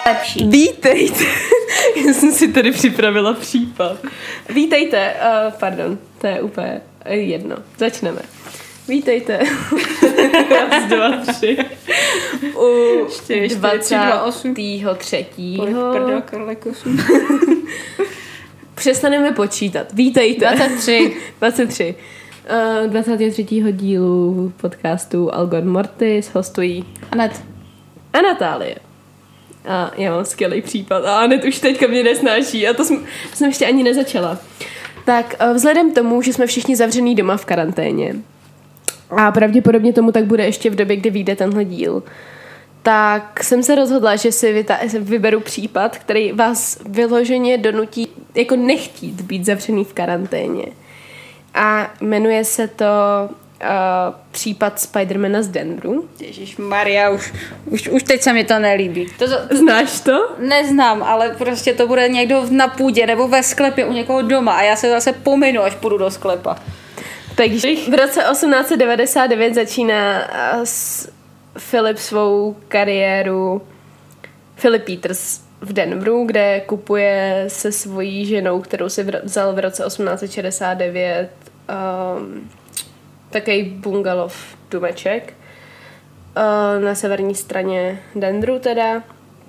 lepší. Vítejte. Já jsem si tady připravila případ. Vítejte. Pardon, to je úplně jedno. Začneme. Vítejte. Raz, dva, tři. U 23. Přestaneme počítat. Vítejte. 23. 23. dílu podcastu Algon Mortis hostují Anet a Natálie. A já mám skvělý případ. A Anet už teďka mě nesnáší. A to jsem ještě ani nezačala. Tak vzhledem k tomu, že jsme všichni zavřený doma v karanténě a pravděpodobně tomu tak bude ještě v době, kdy vyjde tenhle díl, tak jsem se rozhodla, že si vyberu případ, který vás vyloženě donutí jako nechtít být zavřený v karanténě. A jmenuje se to případ Spidermana z Denveru. Ježišmarja, už teď se mi to nelíbí. Znáš to? Neznám, ale prostě to bude někdo na půdě nebo ve sklepě u někoho doma a já se zase pominu, až půjdu do sklepa. Takže v roce 1899 začíná Philip svou kariéru Philip Peters v Denveru, kde kupuje se svojí ženou, kterou si vzal v roce 1869 takový bungalov důmeček na severní straně Denveru teda.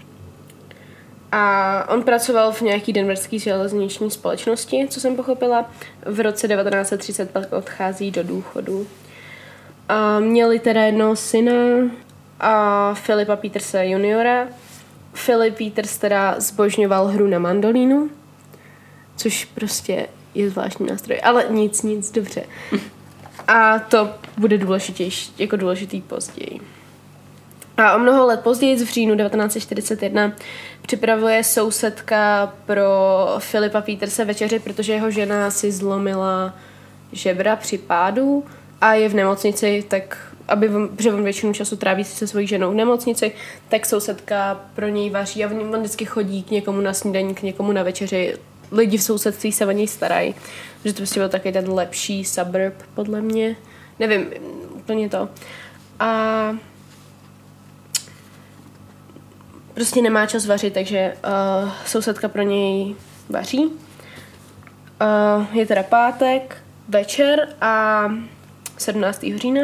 A on pracoval v nějaký denverský železniční společnosti, co jsem pochopila. V roce 1930 pak odchází do důchodu. A měli teda jednoho syna a Philipa Peterse juniora. Philip Peters teda zbožňoval hru na mandolínu, což prostě je zvláštní nástroj, ale nic, dobře. A to bude důležitý později. A o mnoho let později, v říjnu 1941, připravuje sousedka pro Philipa Peterse večeři, protože jeho žena si zlomila žebra při pádu a je v nemocnici, tak protože on většinu času tráví se svojí ženou v nemocnici, tak sousedka pro něj vaří a on vždycky chodí k někomu na snídaní, k někomu na večeři. Lidi v sousedství se o něj starají, že to prostě byl takový ten lepší suburb, podle mě. Nevím, úplně to. A prostě nemá čas vařit, takže sousedka pro něj vaří. Je teda pátek, večer a 17. října.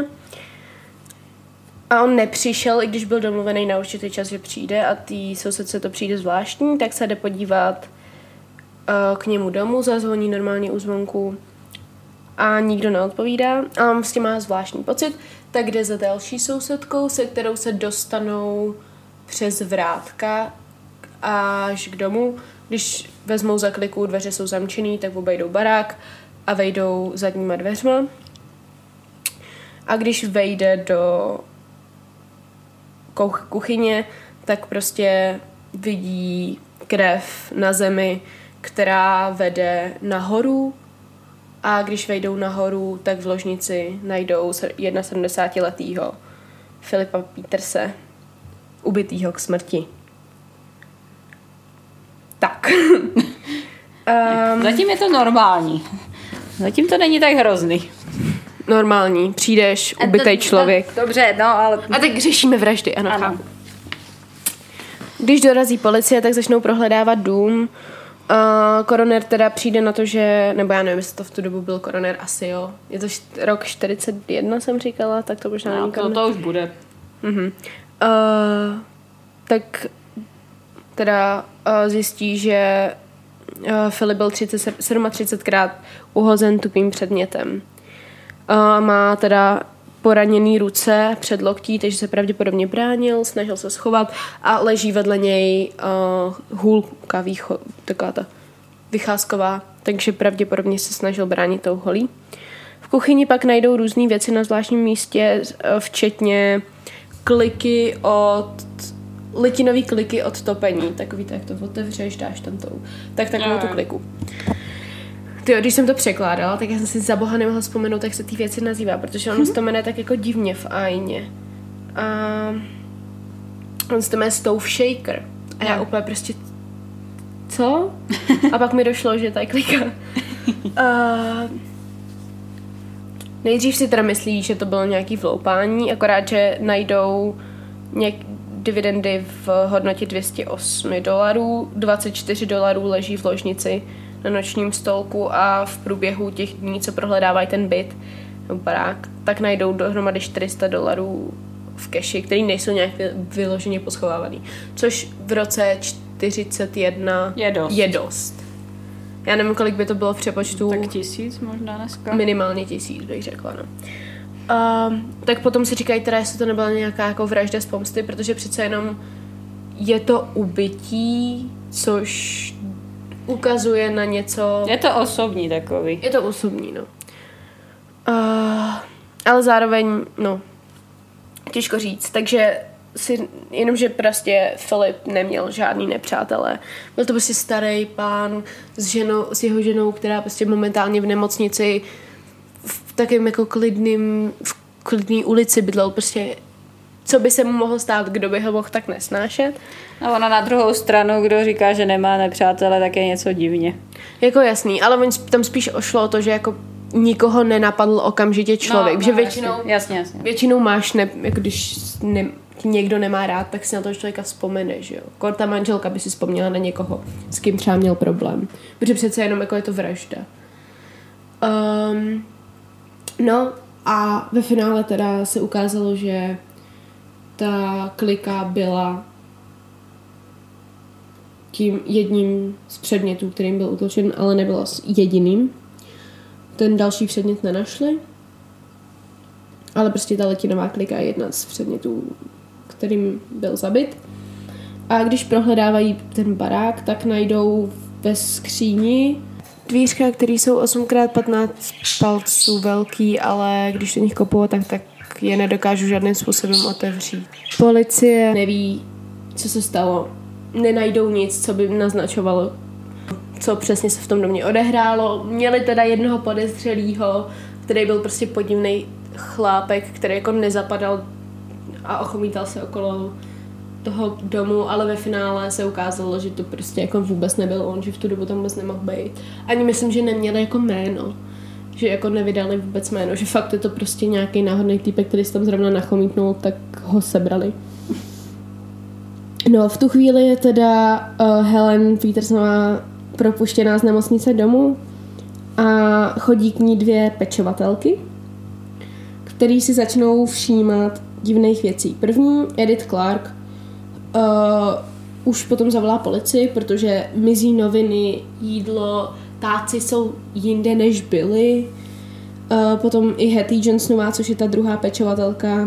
A on nepřišel, i když byl domluvený na určitý čas, že přijde a tý sousedce to přijde zvláštní, tak se jde podívat k němu domů, zazvoní normálně u zvonku a nikdo neodpovídá a on s tím má zvláštní pocit, tak jde za další sousedkou, se kterou se dostanou přes vrátka až k domu. Když vezmou za kliku, dveře jsou zamčený, tak obejdou barák a vejdou zadníma dveřma. A když vejde do kuchyně, tak prostě vidí krev na zemi, která vede nahoru. A když vejdou nahoru, tak v ložnici najdou 71letýho Philipa Peterse, ubitýho k smrti. Tak. Zatím je to normální. Zatím to není tak hrozný. Normální. Přijdeš, ubitej člověk. Dobře, no ale... A tak řešíme vraždy, ano. Když dorazí policie, tak začnou prohledávat dům. Koroner teda přijde na to, že, nebo já nevím, jestli to v tu dobu byl koroner, asi jo. Je to rok 41, jsem říkala, tak to možná není koroner. To už bude. Tak teda zjistí, že Filip byl 37krát uhozen tupým předmětem. Má teda poraněný ruce před loktí, takže se pravděpodobně bránil, snažil se schovat a leží vedle něj hůlka, taková ta vycházková, takže pravděpodobně se snažil bránit tou holí. V kuchyni pak najdou různé věci na zvláštním místě, včetně litinový kliky od topení. Takový to, jak to otevřeš, dáš tam takovou tu kliku. Tyjo, když jsem to překládala, tak já jsem si za boha nemohla vzpomenout, jak se ty věci nazývá, protože ono se to jmenuje tak jako divně v ajně. A on se to jmenuje Stove Shaker. A já úplně prostě co? A pak mi došlo, že ta klika. Nejdřív si teda myslí, že to bylo nějaký vloupání, akorát, že najdou dividendy v hodnotě $208, $24 leží v ložnici na nočním stolku a v průběhu těch dní, co prohledávají ten byt nebo barák, tak najdou dohromady $400 v keši, který nejsou nějak vyloženě poschovávaný. Což v roce 41 je dost. Já nevím, kolik by to bylo v přepočtu. Tak 1000 možná dneska. Minimálně 1000, bych řekla, no. Tak potom si říkají teda, jestli to nebyla nějaká jako vražda z pomsty, protože přece jenom je to ubytí, což ukazuje na něco... Je to osobní takový. Je to osobní, no. Ale zároveň, no, těžko říct. Takže si, jenomže prostě Filip neměl žádný nepřátelé. Byl to prostě starý pán s jeho ženou, která prostě momentálně v nemocnici v takovém jako v klidný ulici bydlel. Prostě co by se mu mohlo stát, kdo by ho mohl tak nesnášet. A ona na druhou stranu, kdo říká, že nemá nepřátele, tak je něco divně. Jako jasný, ale on tam spíš ošlo o to, že jako nikoho nenapadl okamžitě člověk. Že většinou máš, jako když někdo nemá rád, tak si na toho člověka vzpomene, že jo. Ta manželka by si vzpomněla na někoho, s kým třeba měl problém. Protože přece jenom jako je to vražda. No a ve finále teda se ukázalo, že ta klika byla tím jedním z předmětů, kterým byl útočen, ale nebyla jediným. Ten další předmět nenašli, ale prostě ta letinová klika je jedna z předmětů, kterým byl zabit. A když prohledávají ten barák, tak najdou ve skříni dvířka, které jsou 8x15 palců velký, ale když do nich kopou, tak je nedokážu žádným způsobem otevřít. Policie neví, co se stalo. Nenajdou nic, co by naznačovalo, co přesně se v tom domě odehrálo. Měli teda jednoho podezřelýho, který byl prostě podivný chlápek, který jako nezapadal a ochomítal se okolo toho domu, ale ve finále se ukázalo, že to prostě jako vůbec nebyl on, že v tu dobu tam vůbec nemohl být. Ani myslím, že neměli jako jméno. Že jako nevydali vůbec jméno, že fakt je to prostě nějaký náhodný týpek, který se tam zrovna nachomítnul, tak ho sebrali. No, v tu chvíli je teda Helen Petersonová propuštěná z nemocnice domů a chodí k ní 2 pečovatelky, který si začnou všímat divných věcí. První, Edith Clark, už potom zavolá policii, protože mizí noviny, jídlo, táci jsou jinde, než byly. Potom i Hattie Johnsonová, což je ta druhá pečovatelka,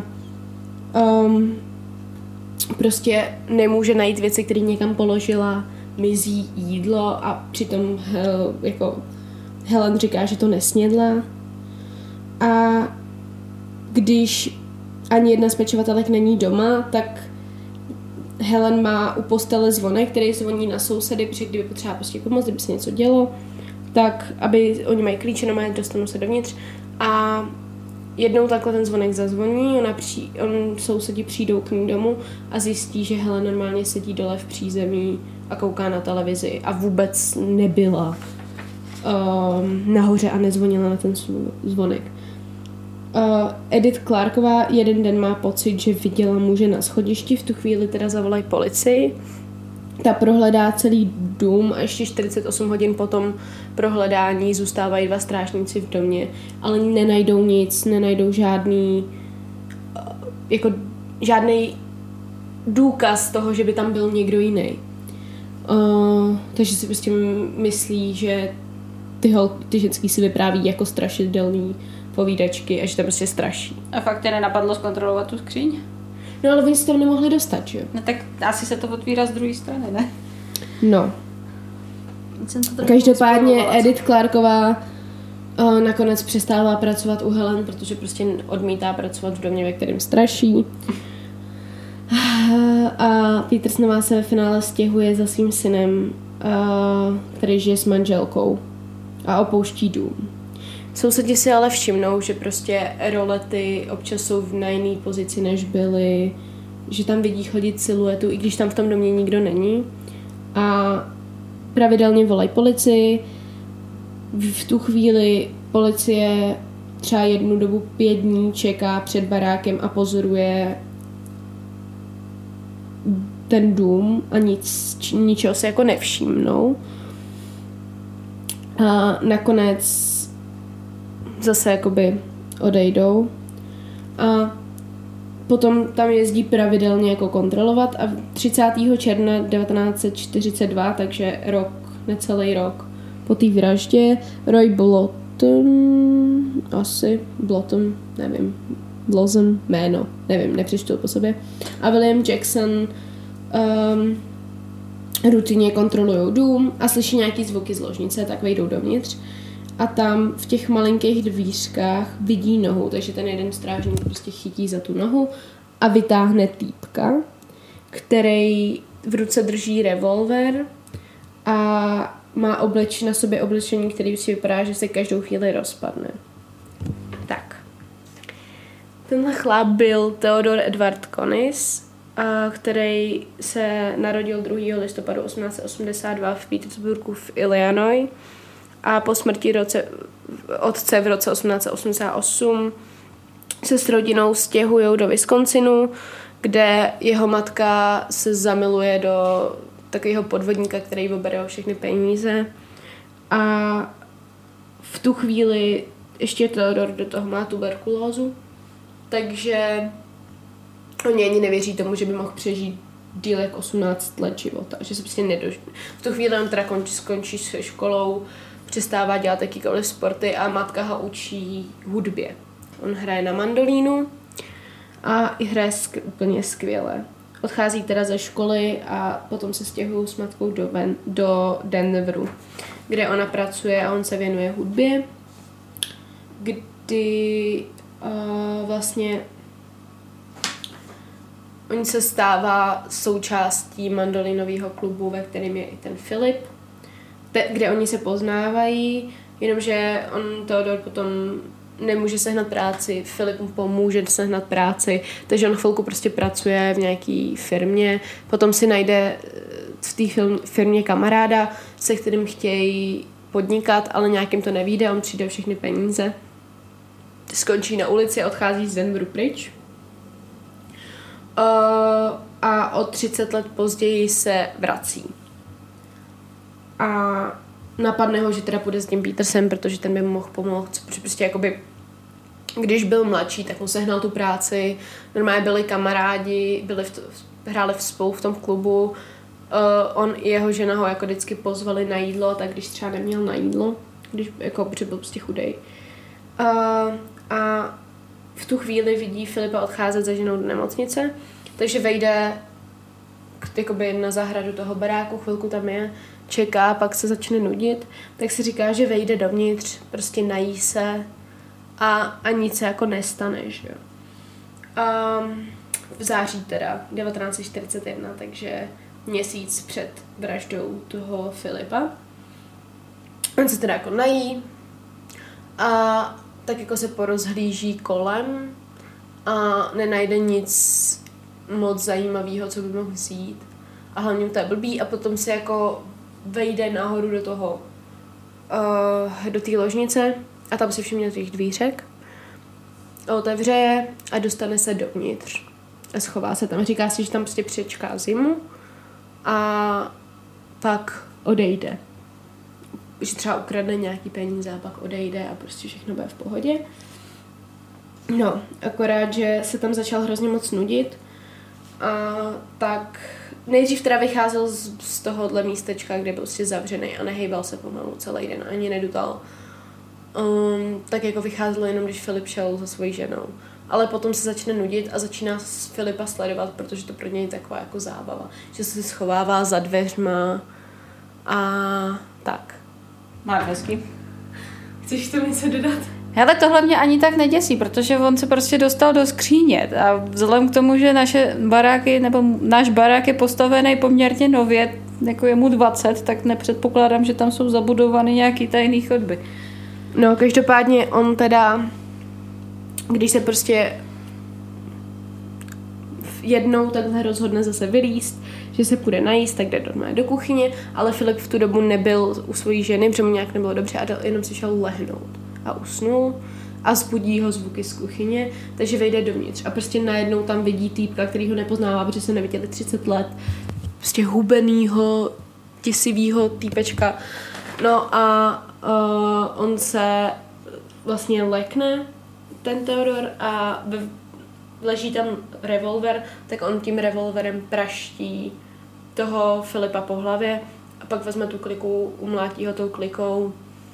prostě nemůže najít věci, které někam položila, mizí jídlo a přitom jako Helen říká, že to nesnědla. A když ani jedna z pečovatelek není doma, tak Helen má u postele zvonek, který zvoní na sousedy, protože kdyby potřeba prostě pomoct, kdyby se něco dělo, tak aby oni mají klíče, normálně dostanou se dovnitř a jednou takhle ten zvonek zazvoní, sousedi přijdou k ní domů a zjistí, že Helen normálně sedí dole v přízemí a kouká na televizi a vůbec nebyla nahoře a nezvonila na ten zvonek. Edith Clarková jeden den má pocit, že viděla muže na schodišti, v tu chvíli teda zavolají policii. Ta prohledá celý dům a ještě 48 hodin po tom prohledání zůstávají 2 strážníci v domě, ale nenajdou nic, nenajdou žádný důkaz toho, že by tam byl někdo jiný. Takže si prostě myslí, že ty ženský si vypráví jako strašidelný povídačky a že to prostě straší. A fakt tě nenapadlo zkontrolovat tu skříň? No ale oni se tam nemohli dostat, že jo? No tak asi se to otvírá z druhé strany, ne? No. Každopádně Edith Clarková nakonec přestává pracovat u Helen, protože prostě odmítá pracovat v domě, ve kterém straší. A Petersonová se ve finále stěhuje za svým synem, který žije s manželkou a opouští dům. Sousedi si ale všimnou, že prostě rolety občas jsou na jiný pozici, než byly, že tam vidí chodit siluetu, i když tam v tom domě nikdo není. A pravidelně volají policii. V tu chvíli policie třeba jednu dobu 5 dní čeká před barákem a pozoruje ten dům a ničeho se jako nevšimnou. A nakonec zase jakoby odejdou. A potom tam jezdí pravidelně jako kontrolovat a 30. června 1942, takže necelý rok po té vraždě, Roy Blossom, jméno, nevím, nepřečtu po sobě, a William Jackson rutině kontrolují dům a slyší nějaký zvuky z ložnice, tak vejdou dovnitř a tam v těch malinkých dvířkách vidí nohu, takže ten jeden strážník prostě chytí za tu nohu a vytáhne týpka, který v ruce drží revolver a má na sobě oblečení, který si vypadá, že se každou chvíli rozpadne. Tak. Tenhle chlap byl Theodore Edward Connis, který se narodil 2. listopadu 1882 v Petersburgu v Illinois a po smrti otce v roce 1888 se s rodinou stěhují do Wisconsinu, kde jeho matka se zamiluje do takového podvodníka, který obere všechny peníze. A v tu chvíli ještě Theodor do toho má tuberkulózu, takže oni ani nevěří tomu, že by mohl přežít díl jak 18 let života, že se prostě nedožil. V tu chvíli on teda skončí se školou, přestává dělat jakýkoliv sporty a matka ho učí hudbě. On hraje na mandolínu a i hraje úplně skvěle. Odchází teda ze školy a potom se stěhují s matkou do Denveru, kde ona pracuje a on se věnuje hudbě, kdy vlastně on se stává součástí mandolinového klubu, ve kterém je i ten Filip, kde oni se poznávají, jenomže on Theodor potom nemůže sehnat práci, Filip mu pomůže sehnat práci, takže on chvilku prostě pracuje v nějaký firmě, potom si najde v té firmě kamaráda, se kterým chtějí podnikat, ale nějakým to nevyjde, on přijde všechny peníze, skončí na ulici a odchází z Denveru pryč. A o 30 let později se vrací. A napadne ho, že teda půjde s tím Petersem, protože ten by mu mohl pomoct, protože prostě jakoby, když byl mladší, tak mu sehnal tu práci, normálně byli kamarádi, hráli spolu v tom klubu, on i jeho žena ho jako vždycky pozvali na jídlo, tak když třeba neměl na jídlo, když jako byl prostě chudej. A v tu chvíli vidí Filipa odcházet za ženou do nemocnice, takže vejde jakoby na zahradu toho baráku, chvilku tam je, čeká, pak se začne nudit, tak si říká, že vejde dovnitř, prostě nají se a nic se jako nestane, že jo. V září teda 1941, takže měsíc před vraždou toho Filipa. On se teda jako nají a tak jako se porozhlíží kolem a nenajde nic moc zajímavého, co by mohl vzít. A hlavně to je blbý a potom se jako vejde nahoru do toho, do té ložnice a tam si všimne těch dvířek. Otevře je a dostane se dovnitř. A schová se tam. Říká si, že tam prostě přečká zimu a pak odejde. Že třeba ukradne nějaký peníze a pak odejde a prostě všechno bude v pohodě. No, akorát, že se tam začal hrozně moc nudit a tak nejdřív teda vycházel z tohohle místečka, kde byl prostě zavřený a nehejbal se pomalu celý den, ani nedutal. Tak jako vycházel jenom, když Filip šel za svojí ženou. Ale potom se začne nudit a začíná Filipa sledovat, protože to pro něj je taková jako zábava. Že se schovává za dveřma a tak. Máš hezky. Chceš to něco dodat? Hele, tohle mě ani tak neděsí, protože on se prostě dostal do skříně a vzhledem k tomu, že náš barák je postavený poměrně nově, jako je mu 20, tak nepředpokládám, že tam jsou zabudované nějaký tajný chodby. No, každopádně on teda, když se prostě jednou takhle rozhodne zase vylízt, že se půjde najíst, tak jde do kuchyně, ale Filip v tu dobu nebyl u svojí ženy, protože mu nějak nebylo dobře a jenom si šel lehnout a usnul a zbudí ho zvuky z kuchyně, takže vejde dovnitř a prostě najednou tam vidí týpka, který ho nepoznává, protože se neviděli 30 let, prostě hubenýho, tisivýho týpečka. No a on se vlastně lekne, ten Theodor, a leží tam revolver, tak on tím revolverem praští toho Filipa po hlavě a pak vezme tu kliku, umlátí ho tou klikou.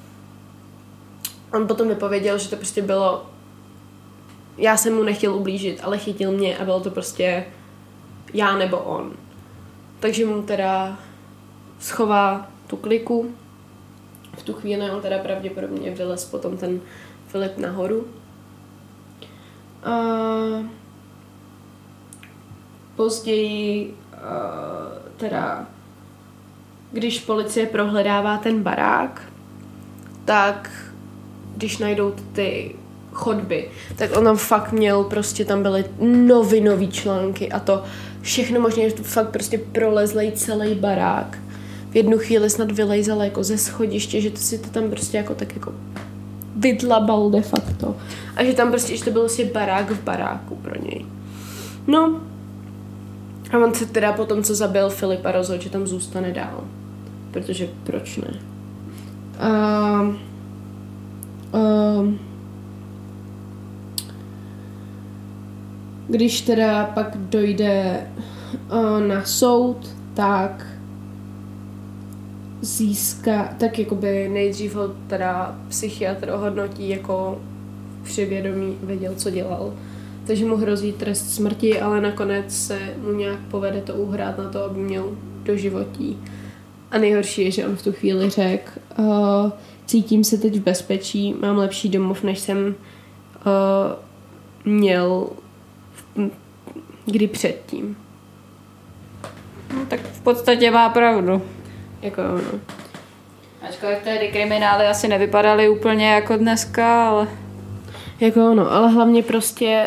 On potom vypověděl, že to prostě bylo, já jsem mu nechtěl ublížit, ale chytil mě a bylo to prostě já nebo on. Takže mu teda schová tu kliku. V tu chvíli on teda pravděpodobně vylez potom ten Filip nahoru. A později teda, když policie prohledává ten barák, tak když najdou ty chodby, tak on tam fakt měl, prostě tam byly novinový články a to všechno možné, že to fakt prostě prolezlej celý barák. V jednu chvíli snad vylejzal jako ze schodiště, že to si to tam prostě jako tak jako vydlabal de facto. A že tam prostě, že to byl prostě barák v baráku pro něj. No. A on se teda potom, co zabil Filipa, rozhodl, že tam zůstane dál. Protože proč ne? Když teda pak dojde na soud, tak tak jakoby nejdřív ho teda psychiatr ohodnotí jako při vědomí, věděl, co dělal. Takže mu hrozí trest smrti, ale nakonec se mu nějak povede to uhrát na to, aby měl doživotí. A nejhorší je, že on v tu chvíli řekl, cítím se teď v bezpečí, mám lepší domov, než jsem měl kdy předtím. No, tak v podstatě má pravdu. Jako ono. Ačkoliv tehdy kriminály asi nevypadaly úplně jako dneska, ale... Jako ono, ale hlavně prostě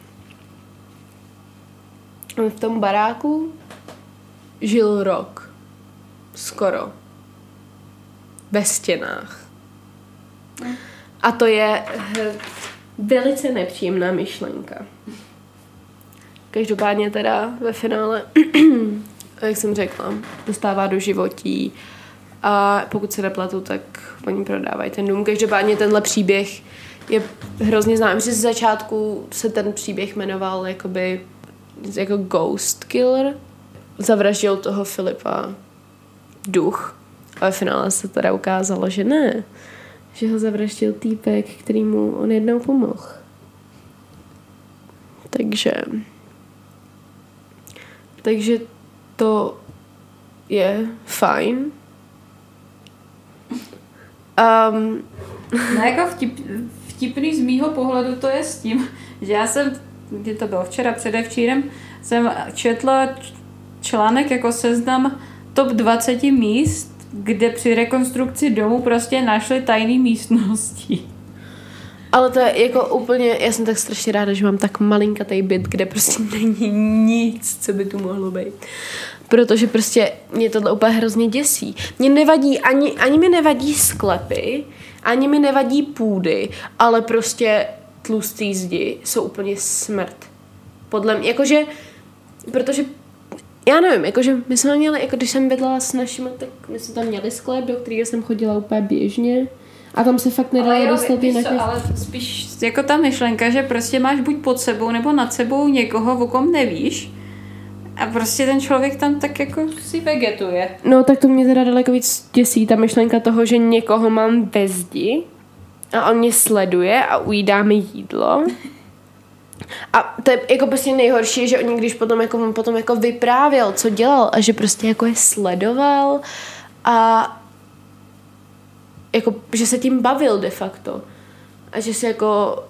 v tom baráku žil rok. Skoro. Ve stěnách. A to je velice nepříjemná myšlenka. Každopádně teda ve finále, jak jsem řekla, dostává do životí a pokud se nepletu, tak oni prodávají ten dům. Každopádně tenhle příběh je hrozně známý, že z začátku se ten příběh jmenoval jako Ghost Killer. Zavraždil toho Filipa duch. A ve finále se teda ukázalo, že ne. Že ho zavraždil týpek, který mu on jednou pomohl. Takže to je fajn. No jako vtipný z mýho pohledu to je s tím, že já jsem, kdy to bylo včera, předevčírem, jsem četla článek jako seznam top 20 míst, kde při rekonstrukci domu prostě našli tajné místnosti. Ale to je jako úplně, já jsem tak strašně ráda, že mám tak malinkatý byt, kde prostě není nic, co by tu mohlo být. Protože prostě mě tohle úplně hrozně děsí. Mě nevadí, ani mi nevadí sklepy, ani mi nevadí půdy, ale prostě tlustý zdi jsou úplně smrt. Podle mě, jakože, protože já nevím, jakože my jsme měli, jako když jsem bydlela s našimi, tak my jsme tam měli sklep, do kterého jsem chodila úplně běžně. A tam se fakt nedalo dostat jinak. Ale spíš jako ta myšlenka, že prostě máš buď pod sebou nebo nad sebou někoho, o kom nevíš. A prostě ten člověk tam tak jako si vegetuje. No tak to mě teda daleko víc děsí, ta myšlenka toho, že někoho mám ve zdi a on mě sleduje a ujídá mi jídlo. A to je jako prostě nejhorší, že on když on potom vyprávěl, co dělal a že prostě jako je sledoval a jako, že se tím bavil de facto. A že si jako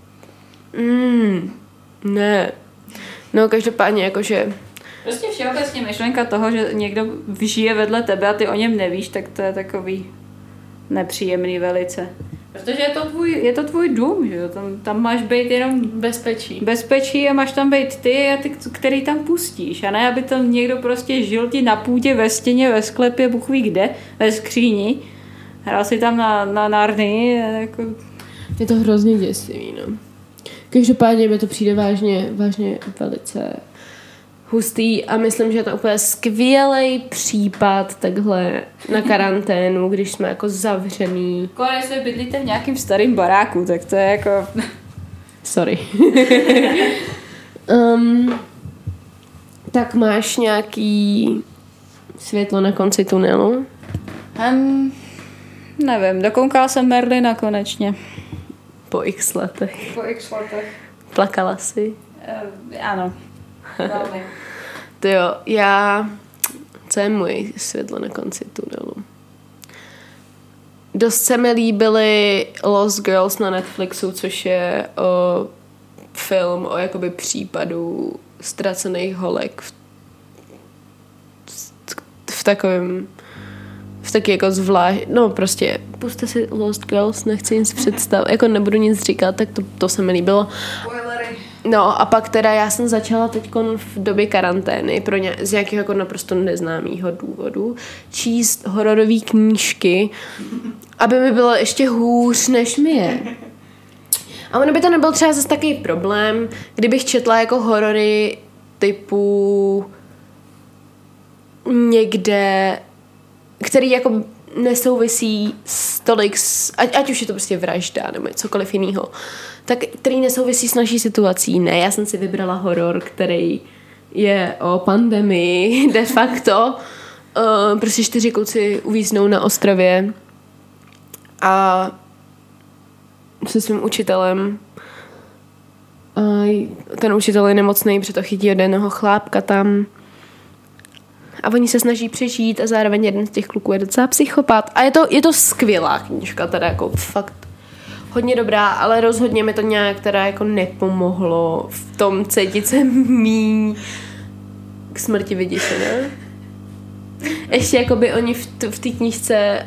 ne. No každopádně jakože prostě všeobecně myšlenka toho, že někdo žije vedle tebe a ty o něm nevíš, tak to je takový nepříjemný velice. Protože je to tvůj dům, že jo? Tam máš být jenom bezpečí a máš tam být ty, který tam pustíš. A ne, aby tam někdo prostě žil ti na půdě, ve stěně, ve sklepě, Bůh ví kde, ve skříni. Hrál si tam na Narnii. Jako... Je to hrozně děsivý, no. Každopádně mi to přijde vážně velice hustý a myslím, že je to úplně skvělý případ takhle na karanténu, když jsme jako zavřený. Jestli bydlíte v nějakým starým baráku, tak to je jako... Sorry. Tak máš nějaký světlo na konci tunelu? Nevím, dokoukala jsem Merlina konečně. Po x letech. Po x letech. Plakala jsi? Ano. Velmi. To jo, co je můj světlo na konci tunelu? Dost se mi líbily Lost Girls na Netflixu, což je film o jakoby případu ztracených holek v takovém taky jako no prostě puste si Lost Girls, nechci nic představit, jako nebudu nic říkat, tak to se mi líbilo. No a pak teda já jsem začala teďkon v době karantény z nějakého jako naprosto neznámého důvodu číst hororové knížky, aby mi bylo ještě hůř, než mi je. A ono by to nebyl třeba zase takový problém, kdybych četla jako horory typu někde, který jako nesouvisí tolik ať už je to prostě vražda nebo cokoliv jiného, tak který nesouvisí s naší situací. Ne, já jsem si vybrala horor, který je o pandemii de facto. Prostě 4 kluci uvíznou na ostrově a se svým učitelem a ten učitel je nemocný, protože to chytí od jednoho chlápka tam a oni se snaží přežít a zároveň jeden z těch kluků je docela psychopat a je to skvělá knížka, teda jako fakt hodně dobrá, ale rozhodně mi to nějak teda jako nepomohlo v tom cítit se míň k smrti vyděšené. Ještě jakoby oni v té knížce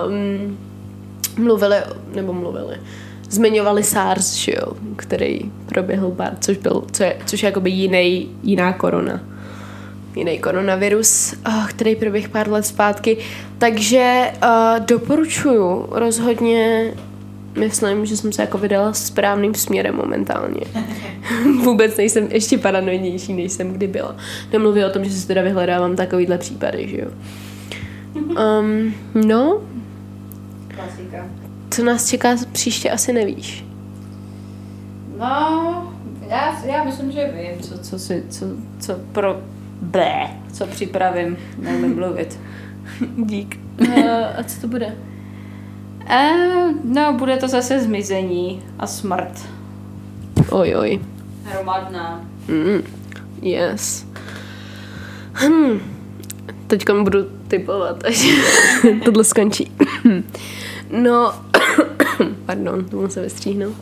mluvili, zmiňovali SARS, že jo, který proběhl což je jakoby jiná korona. Jiný koronavirus, který proběhl pár let zpátky. Takže doporučuju rozhodně. Myslím, že jsem se jako vydala správným směrem momentálně. Vůbec nejsem ještě paranoidnější, než jsem kdy byla. Nemluví o tom, že si teda vyhledávám takovýhle případy, že jo. No. Klasika. Co nás čeká příště, asi nevíš. No, já myslím, že vím, co připravím, neumím mluvit. Dík. A co to bude? No, bude to zase zmizení a smrt. Oj. Hromadná. Yes. Teďka budu typovat, až tohle skončí. No, pardon, to musím vystříhnout.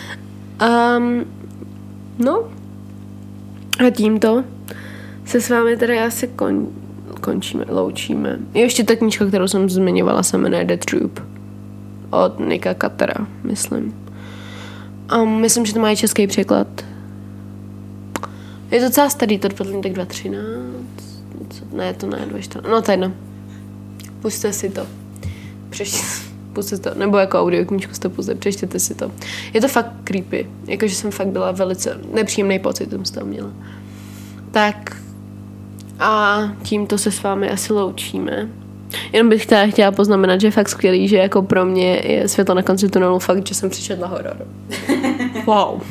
No, a tímto se s vámi teda asi loučíme. Ještě ta knížka, kterou jsem zmiňovala, se jmenuje The Troop. Od Nicka Catera, myslím. Myslím, že to má i český překlad. Je to docela starý, to podle tak 2013. Ne, to ne, 2014. No to je jedno. Pusťte si to. Pusťte to. Nebo jako audioknížku si to pusťte, přečtěte si to. Je to fakt creepy. Jakože jsem fakt byla velice nepříjemný pocit, jsem z toho měla. Tak a tímto se s vámi asi loučíme. Jenom bych chtěla poznamenat, že je fakt skvělý, že jako pro mě je světlo na konci tunelu fakt, že jsem přečetla horor. Wow.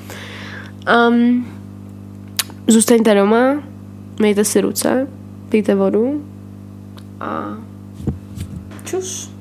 Zůstaňte doma, mějte si ruce, pijte vodu a čus.